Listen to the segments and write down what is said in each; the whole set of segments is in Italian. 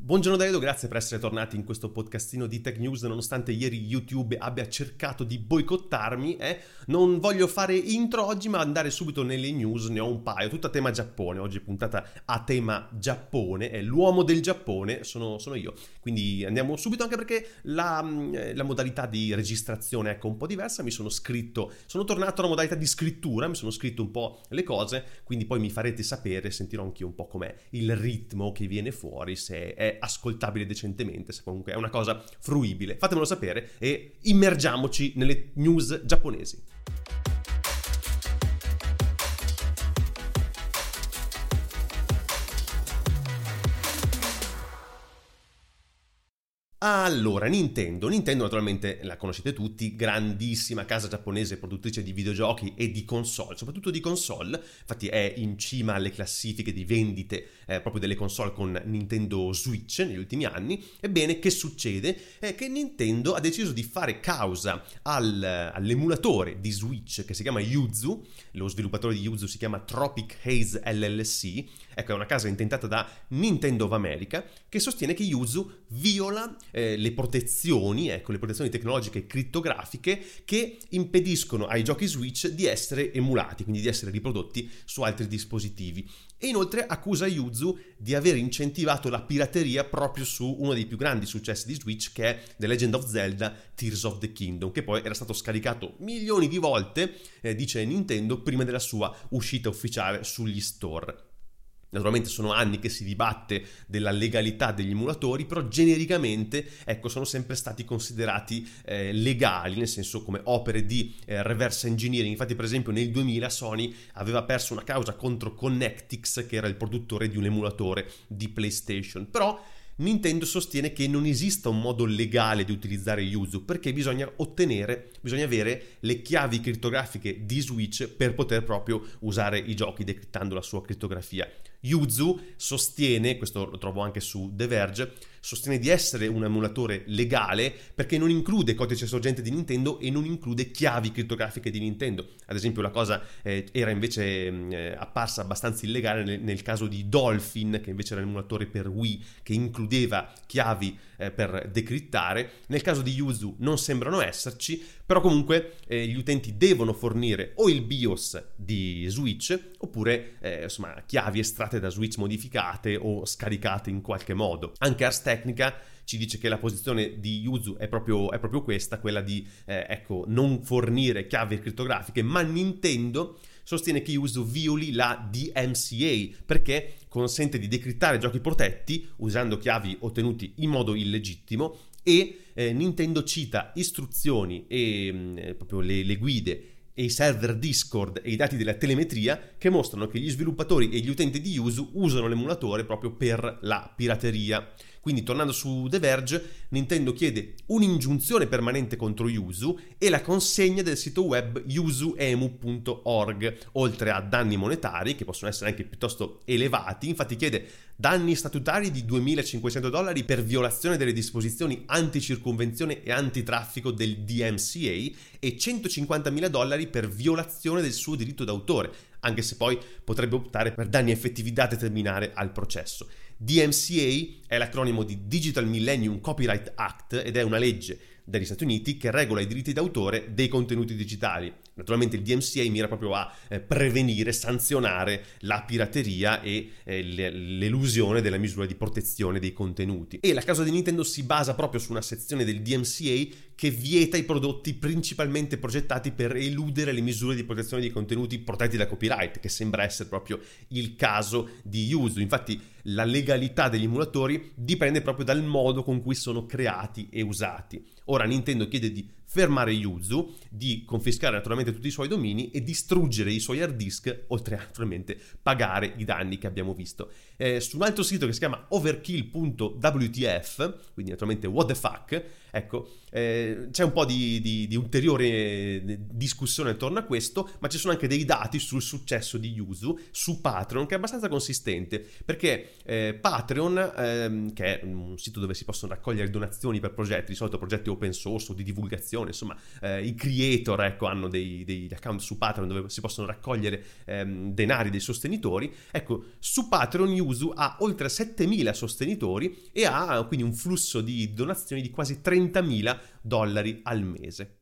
Buongiorno da Edo, grazie per essere tornati in questo podcastino di Tech News. Nonostante ieri YouTube abbia cercato di boicottarmi, non voglio fare intro oggi ma andare subito nelle news, ne ho un paio, tutto a tema Giappone. Oggi è puntata a tema Giappone, è l'uomo del Giappone, sono io. Quindi andiamo subito, anche perché la modalità di registrazione è un po' diversa. Mi sono scritto, sono tornato alla modalità di scrittura, mi sono scritto un po' le cose, quindi poi mi farete sapere, sentirò anch'io un po' com'è il ritmo che viene fuori, se è ascoltabile decentemente, se comunque è una cosa fruibile. Fatemelo sapere e immergiamoci nelle news giapponesi. Allora, Nintendo naturalmente la conoscete tutti, grandissima casa giapponese produttrice di videogiochi e di console, soprattutto di console. Infatti è in cima alle classifiche di vendite proprio delle console con Nintendo Switch negli ultimi anni. Ebbene, che succede? È che Nintendo ha deciso di fare causa all'emulatore di Switch che si chiama Yuzu. Lo sviluppatore di Yuzu si chiama Tropic Haze LLC. Ecco, è una casa intentata da Nintendo of America che sostiene che Yuzu viola le protezioni tecnologiche crittografiche che impediscono ai giochi Switch di essere emulati, quindi di essere riprodotti su altri dispositivi. E inoltre accusa Yuzu di aver incentivato la pirateria proprio su uno dei più grandi successi di Switch, che è The Legend of Zelda Tears of the Kingdom, che poi era stato scaricato milioni di volte, dice Nintendo, prima della sua uscita ufficiale sugli store. Naturalmente sono anni che si dibatte della legalità degli emulatori, però genericamente sono sempre stati considerati legali, nel senso come opere di reverse engineering. Infatti, per esempio, nel 2000 Sony aveva perso una causa contro Connectix, che era il produttore di un emulatore di PlayStation. Però Nintendo sostiene che non esista un modo legale di utilizzare Yuzu, perché bisogna avere le chiavi crittografiche di Switch per poter proprio usare i giochi decrittando la sua crittografia. Yuzu sostiene, questo lo trovo anche su The Verge, sostiene di essere un emulatore legale perché non include codice sorgente di Nintendo e non include chiavi crittografiche di Nintendo. Ad esempio, la cosa era invece apparsa abbastanza illegale nel caso di Dolphin, che invece era un emulatore per Wii che includeva chiavi per decrittare. Nel caso di Yuzu non sembrano esserci, però comunque gli utenti devono fornire o il BIOS di Switch oppure chiavi estratte da Switch modificate o scaricate in qualche modo. Anche Ars Technica ci dice che la posizione di Yuzu è proprio questa, quella di non fornire chiavi crittografiche, ma Nintendo sostiene che Yuzu violi la DMCA perché consente di decrittare giochi protetti usando chiavi ottenuti in modo illegittimo, e Nintendo cita istruzioni e proprio le guide e i server Discord e i dati della telemetria che mostrano che gli sviluppatori e gli utenti di Yuzu usano l'emulatore proprio per la pirateria. Quindi, tornando su The Verge, Nintendo chiede un'ingiunzione permanente contro Yuzu e la consegna del sito web yuzuemu.org, oltre a danni monetari, che possono essere anche piuttosto elevati. Infatti chiede danni statutari di $2.500 per violazione delle disposizioni anticircunvenzione e antitraffico del DMCA e $150.000 per violazione del suo diritto d'autore, anche se poi potrebbe optare per danni effettivi da determinare al processo. DMCA è l'acronimo di Digital Millennium Copyright Act ed è una legge degli Stati Uniti che regola i diritti d'autore dei contenuti digitali. Naturalmente il DMCA mira proprio a prevenire, sanzionare la pirateria e l'elusione della misura di protezione dei contenuti. E la causa di Nintendo si basa proprio su una sezione del DMCA che vieta i prodotti principalmente progettati per eludere le misure di protezione dei contenuti protetti da copyright, che sembra essere proprio il caso di Yuzu. Infatti la legalità degli emulatori dipende proprio dal modo con cui sono creati e usati. Ora Nintendo chiede di fermare Yuzu, di confiscare naturalmente tutti i suoi domini e distruggere i suoi hard disk, oltre a naturalmente pagare i danni che abbiamo visto. Su un altro sito che si chiama overkill.wtf, quindi naturalmente what the fuck, c'è un po' di ulteriore discussione attorno a questo, ma ci sono anche dei dati sul successo di Yuzu su Patreon, che è abbastanza consistente, perché Patreon, che è un sito dove si possono raccogliere donazioni per progetti, di solito progetti open source o di divulgazione, persone, insomma i creator, ecco, hanno degli account su Patreon dove si possono raccogliere denari dei sostenitori. Ecco, su Patreon Yuzu ha oltre 7.000 sostenitori e ha quindi un flusso di donazioni di quasi $30.000 al mese.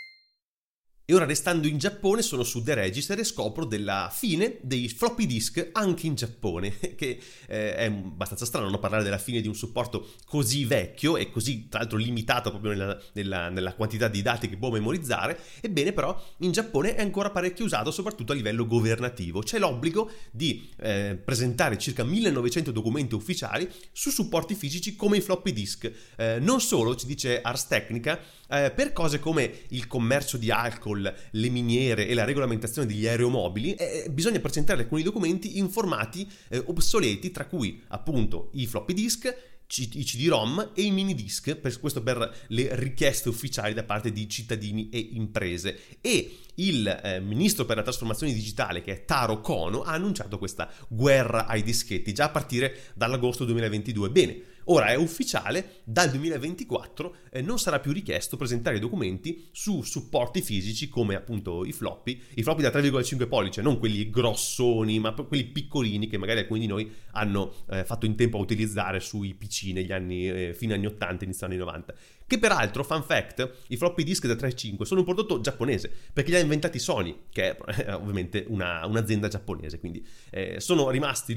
E ora, restando in Giappone, sono su The Register e scopro della fine dei floppy disk anche in Giappone, che è abbastanza strano, no? Parlare della fine di un supporto così vecchio e così, tra l'altro, limitato proprio nella quantità di dati che può memorizzare. Ebbene, però, in Giappone è ancora parecchio usato, soprattutto a livello governativo. C'è l'obbligo di presentare circa 1900 documenti ufficiali su supporti fisici come i floppy disk. Non solo, ci dice Ars Technica, per cose come il commercio di alcol, le miniere e la regolamentazione degli aeromobili, bisogna presentare alcuni documenti in formati obsoleti, tra cui appunto i floppy disk, i CD-ROM e i mini disc, questo per le richieste ufficiali da parte di cittadini e imprese. E il ministro per la trasformazione digitale, che è Taro Kono, ha annunciato questa guerra ai dischetti già a partire dall'agosto 2022. Bene, ora è ufficiale, dal 2024 non sarà più richiesto presentare i documenti su supporti fisici come appunto i floppy da 3,5 pollice, non quelli grossoni, ma quelli piccolini che magari alcuni di noi hanno fatto in tempo a utilizzare sui PC negli anni fine anni 80, inizio anni 90. Che peraltro, fun fact, i floppy disk da 3.5 sono un prodotto giapponese, perché li ha inventati Sony, che è ovviamente un'azienda giapponese, quindi sono rimasti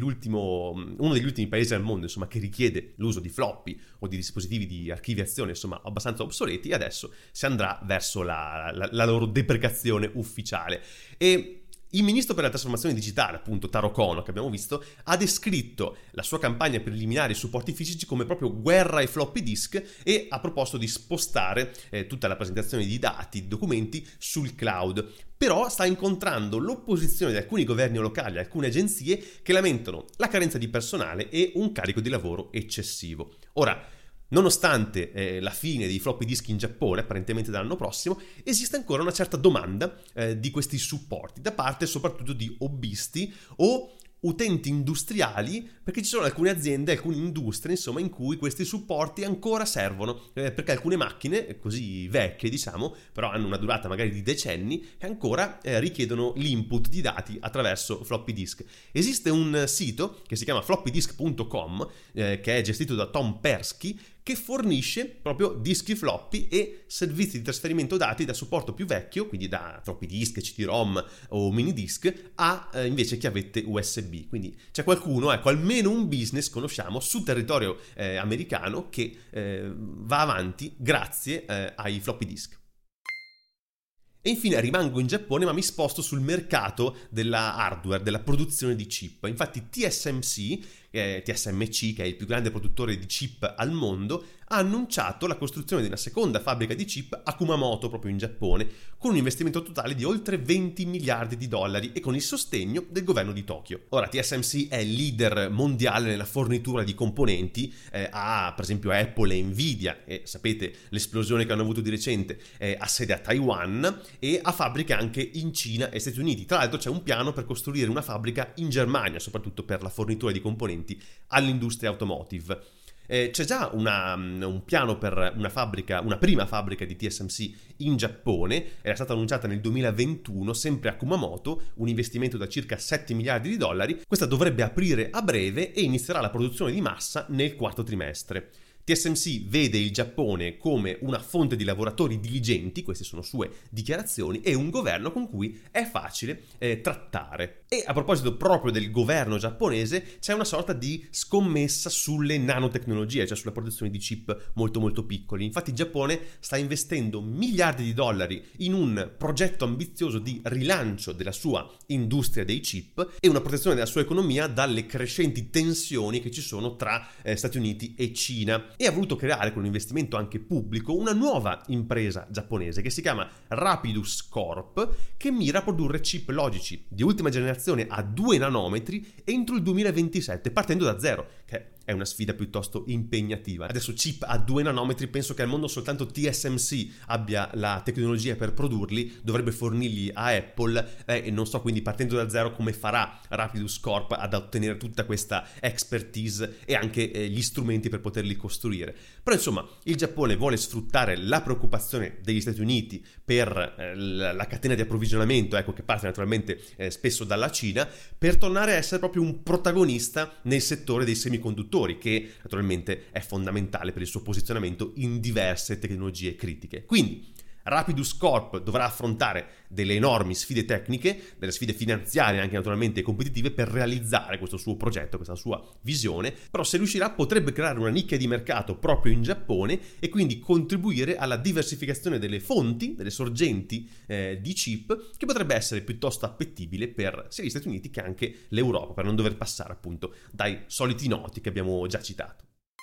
uno degli ultimi paesi al mondo, insomma, che richiede l'uso di floppy o di dispositivi di archiviazione, insomma, abbastanza obsoleti, e adesso si andrà verso la loro deprecazione ufficiale. E il ministro per la trasformazione digitale, appunto Taro Kono, che abbiamo visto, ha descritto la sua campagna per eliminare i supporti fisici come proprio guerra ai floppy disk e ha proposto di spostare tutta la presentazione di dati, di documenti sul cloud. Però sta incontrando l'opposizione di alcuni governi locali, alcune agenzie che lamentano la carenza di personale e un carico di lavoro eccessivo. Ora, nonostante la fine dei floppy disk in Giappone, apparentemente dall'anno prossimo, esiste ancora una certa domanda di questi supporti da parte soprattutto di hobbisti o utenti industriali, perché ci sono alcune aziende, alcune industrie, insomma, in cui questi supporti ancora servono, perché alcune macchine così vecchie, diciamo, però hanno una durata magari di decenni e ancora richiedono l'input di dati attraverso floppy disk. Esiste un sito che si chiama floppydisk.com, che è gestito da Tom Persky, che fornisce proprio dischi floppy e servizi di trasferimento dati da supporto più vecchio, quindi da floppy disk, CD-ROM o mini disk, a invece chiavette USB. Quindi c'è qualcuno, ecco, almeno un business conosciamo sul territorio americano che va avanti grazie ai floppy disk. E infine rimango in Giappone, ma mi sposto sul mercato della hardware, della produzione di chip. Infatti TSMC, che è il più grande produttore di chip al mondo, ha annunciato la costruzione di una seconda fabbrica di chip a Kumamoto, proprio in Giappone, con un investimento totale di oltre $20 miliardi e con il sostegno del governo di Tokyo. Ora, TSMC è il leader mondiale nella fornitura di componenti a, per esempio, Apple e Nvidia, e sapete l'esplosione che hanno avuto di recente, ha sede a Taiwan e ha fabbriche anche in Cina e Stati Uniti. Tra l'altro c'è un piano per costruire una fabbrica in Germania, soprattutto per la fornitura di componenti all'industria automotive. C'è già un piano per una prima fabbrica di TSMC in Giappone, era stata annunciata nel 2021, sempre a Kumamoto, un investimento da circa $7 miliardi. Questa dovrebbe aprire a breve e inizierà la produzione di massa nel quarto trimestre. TSMC vede il Giappone come una fonte di lavoratori diligenti, queste sono sue dichiarazioni, e un governo con cui è facile trattare. E a proposito proprio del governo giapponese, c'è una sorta di scommessa sulle nanotecnologie, cioè sulla produzione di chip molto molto piccoli. Infatti il Giappone sta investendo miliardi di dollari in un progetto ambizioso di rilancio della sua industria dei chip e una protezione della sua economia dalle crescenti tensioni che ci sono tra Stati Uniti e Cina. E ha voluto creare, con un investimento anche pubblico, una nuova impresa giapponese che si chiama Rapidus Corp, che mira a produrre chip logici di ultima generazione a 2 nanometri entro il 2027, partendo da zero, che è una sfida piuttosto impegnativa. Adesso chip a 2 nanometri, penso che al mondo soltanto TSMC abbia la tecnologia per produrli, dovrebbe fornirli a Apple, e non so quindi partendo da zero come farà Rapidus Corp ad ottenere tutta questa expertise e anche gli strumenti per poterli costruire. Però insomma il Giappone vuole sfruttare la preoccupazione degli Stati Uniti per la catena di approvvigionamento, ecco, che parte naturalmente spesso dalla Cina, per tornare a essere proprio un protagonista nel settore dei semiconduttori, che naturalmente è fondamentale per il suo posizionamento in diverse tecnologie critiche. Quindi Rapidus Corp dovrà affrontare delle enormi sfide tecniche, delle sfide finanziarie anche naturalmente competitive per realizzare questo suo progetto, questa sua visione, però se riuscirà potrebbe creare una nicchia di mercato proprio in Giappone e quindi contribuire alla diversificazione delle fonti, delle sorgenti di chip, che potrebbe essere piuttosto appetibile per sia gli Stati Uniti che anche l'Europa, per non dover passare appunto dai soliti noti che abbiamo già citato.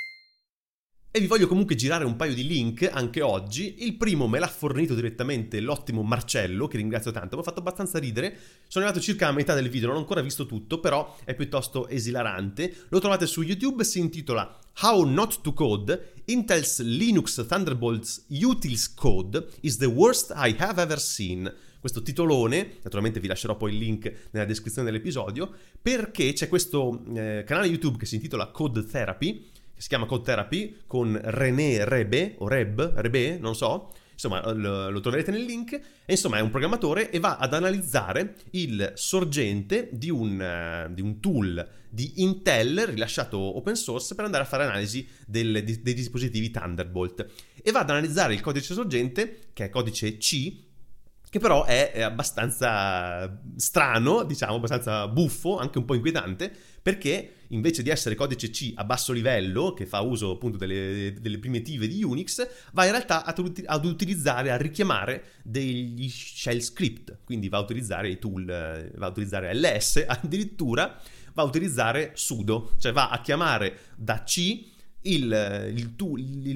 E vi voglio comunque girare un paio di link anche oggi. Il primo me l'ha fornito direttamente l'ottimo Marcello, che ringrazio tanto, mi ha fatto abbastanza ridere. Sono arrivato circa a metà del video, non ho ancora visto tutto, però è piuttosto esilarante. Lo trovate su YouTube, si intitola How Not to Code, Intel's Linux Thunderbolt's Utils Code is the worst I have ever seen. Questo titolone, naturalmente vi lascerò poi il link nella descrizione dell'episodio, perché c'è questo canale YouTube che si intitola Code Therapy, si chiama Code Therapy, con René Rebe, o Rebe, non so, insomma lo troverete nel link, e insomma è un programmatore e va ad analizzare il sorgente di un tool di Intel rilasciato open source per andare a fare analisi dei dispositivi Thunderbolt, e va ad analizzare il codice sorgente, che è codice C, che però è abbastanza strano, diciamo, abbastanza buffo, anche un po' inquietante, perché invece di essere codice C a basso livello, che fa uso appunto delle primitive di Unix, va in realtà ad utilizzare, a richiamare degli shell script, quindi va a utilizzare i tool, va a utilizzare ls, addirittura va a utilizzare sudo, cioè va a chiamare da C il tool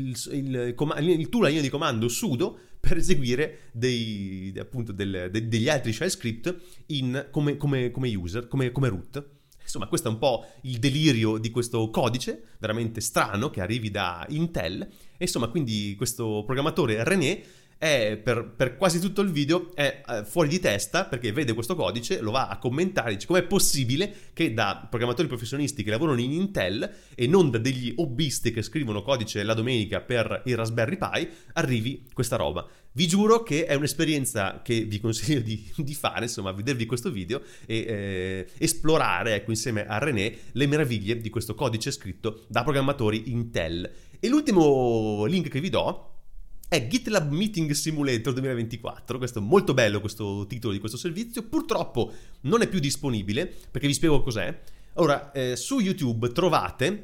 a linea di comando sudo per eseguire degli altri shell script come user, come root. Insomma, questo è un po' il delirio di questo codice, veramente strano, che arrivi da Intel. E insomma, quindi questo programmatore René è per quasi tutto il video è fuori di testa, perché vede questo codice, lo va a commentare, dice com'è possibile che da programmatori professionisti che lavorano in Intel e non da degli hobbisti che scrivono codice la domenica per il Raspberry Pi arrivi questa roba. Vi giuro che è un'esperienza che vi consiglio di fare, insomma, vedervi questo video e esplorare, ecco, insieme a René le meraviglie di questo codice scritto da programmatori Intel. E l'ultimo link che vi do è GitLab Meeting Simulator 2024, questo è molto bello, questo titolo di questo servizio. Purtroppo non è più disponibile, perché vi spiego cos'è. Ora, su YouTube trovate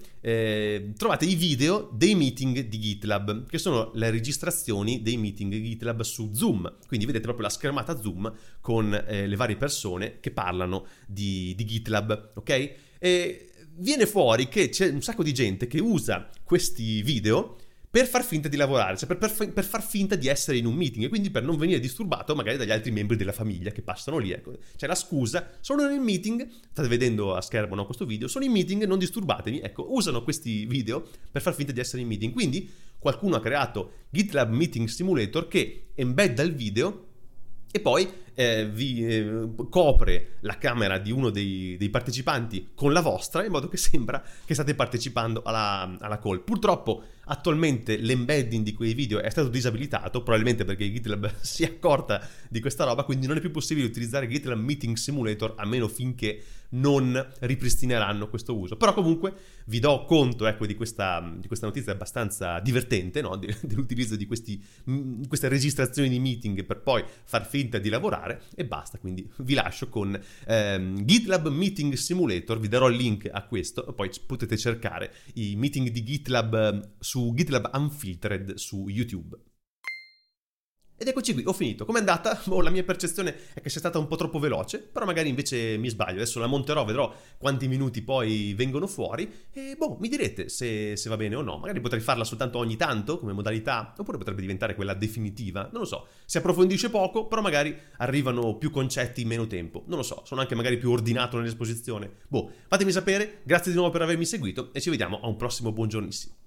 i video dei meeting di GitLab, che sono le registrazioni dei meeting di GitLab su Zoom, quindi vedete proprio la schermata Zoom con le varie persone che parlano di GitLab, ok? E viene fuori che c'è un sacco di gente che usa questi video per far finta di lavorare, cioè per far finta di essere in un meeting, e quindi per non venire disturbato magari dagli altri membri della famiglia che passano lì, ecco. C'è la scusa, sono nel meeting, state vedendo a schermo, no, questo video, sono in meeting, non disturbatemi, ecco, usano questi video per far finta di essere in meeting. Quindi qualcuno ha creato GitLab Meeting Simulator che embedda il video e poi vi copre la camera di uno dei partecipanti con la vostra, in modo che sembra che state partecipando alla call. Purtroppo attualmente l'embedding di quei video è stato disabilitato, probabilmente perché GitLab si è accorta di questa roba, quindi non è più possibile utilizzare GitLab Meeting Simulator a meno finché non ripristineranno questo uso. Però comunque vi do conto, ecco, di questa notizia abbastanza divertente, no? Dell'utilizzo di queste registrazioni di meeting per poi far finta di lavorare, e basta. Quindi vi lascio con GitLab Meeting Simulator, vi darò il link a questo, poi potete cercare i meeting di GitLab su GitLab Unfiltered su YouTube. Ed eccoci qui, ho finito. Com'è andata? Boh, la mia percezione è che sia stata un po' troppo veloce, però magari invece mi sbaglio. Adesso la monterò, vedrò quanti minuti poi vengono fuori e boh, mi direte se va bene o no. Magari potrei farla soltanto ogni tanto come modalità, oppure potrebbe diventare quella definitiva. Non lo so, si approfondisce poco, però magari arrivano più concetti in meno tempo. Non lo so, sono anche magari più ordinato nell'esposizione. Boh, fatemi sapere, grazie di nuovo per avermi seguito e ci vediamo a un prossimo buongiornissimo.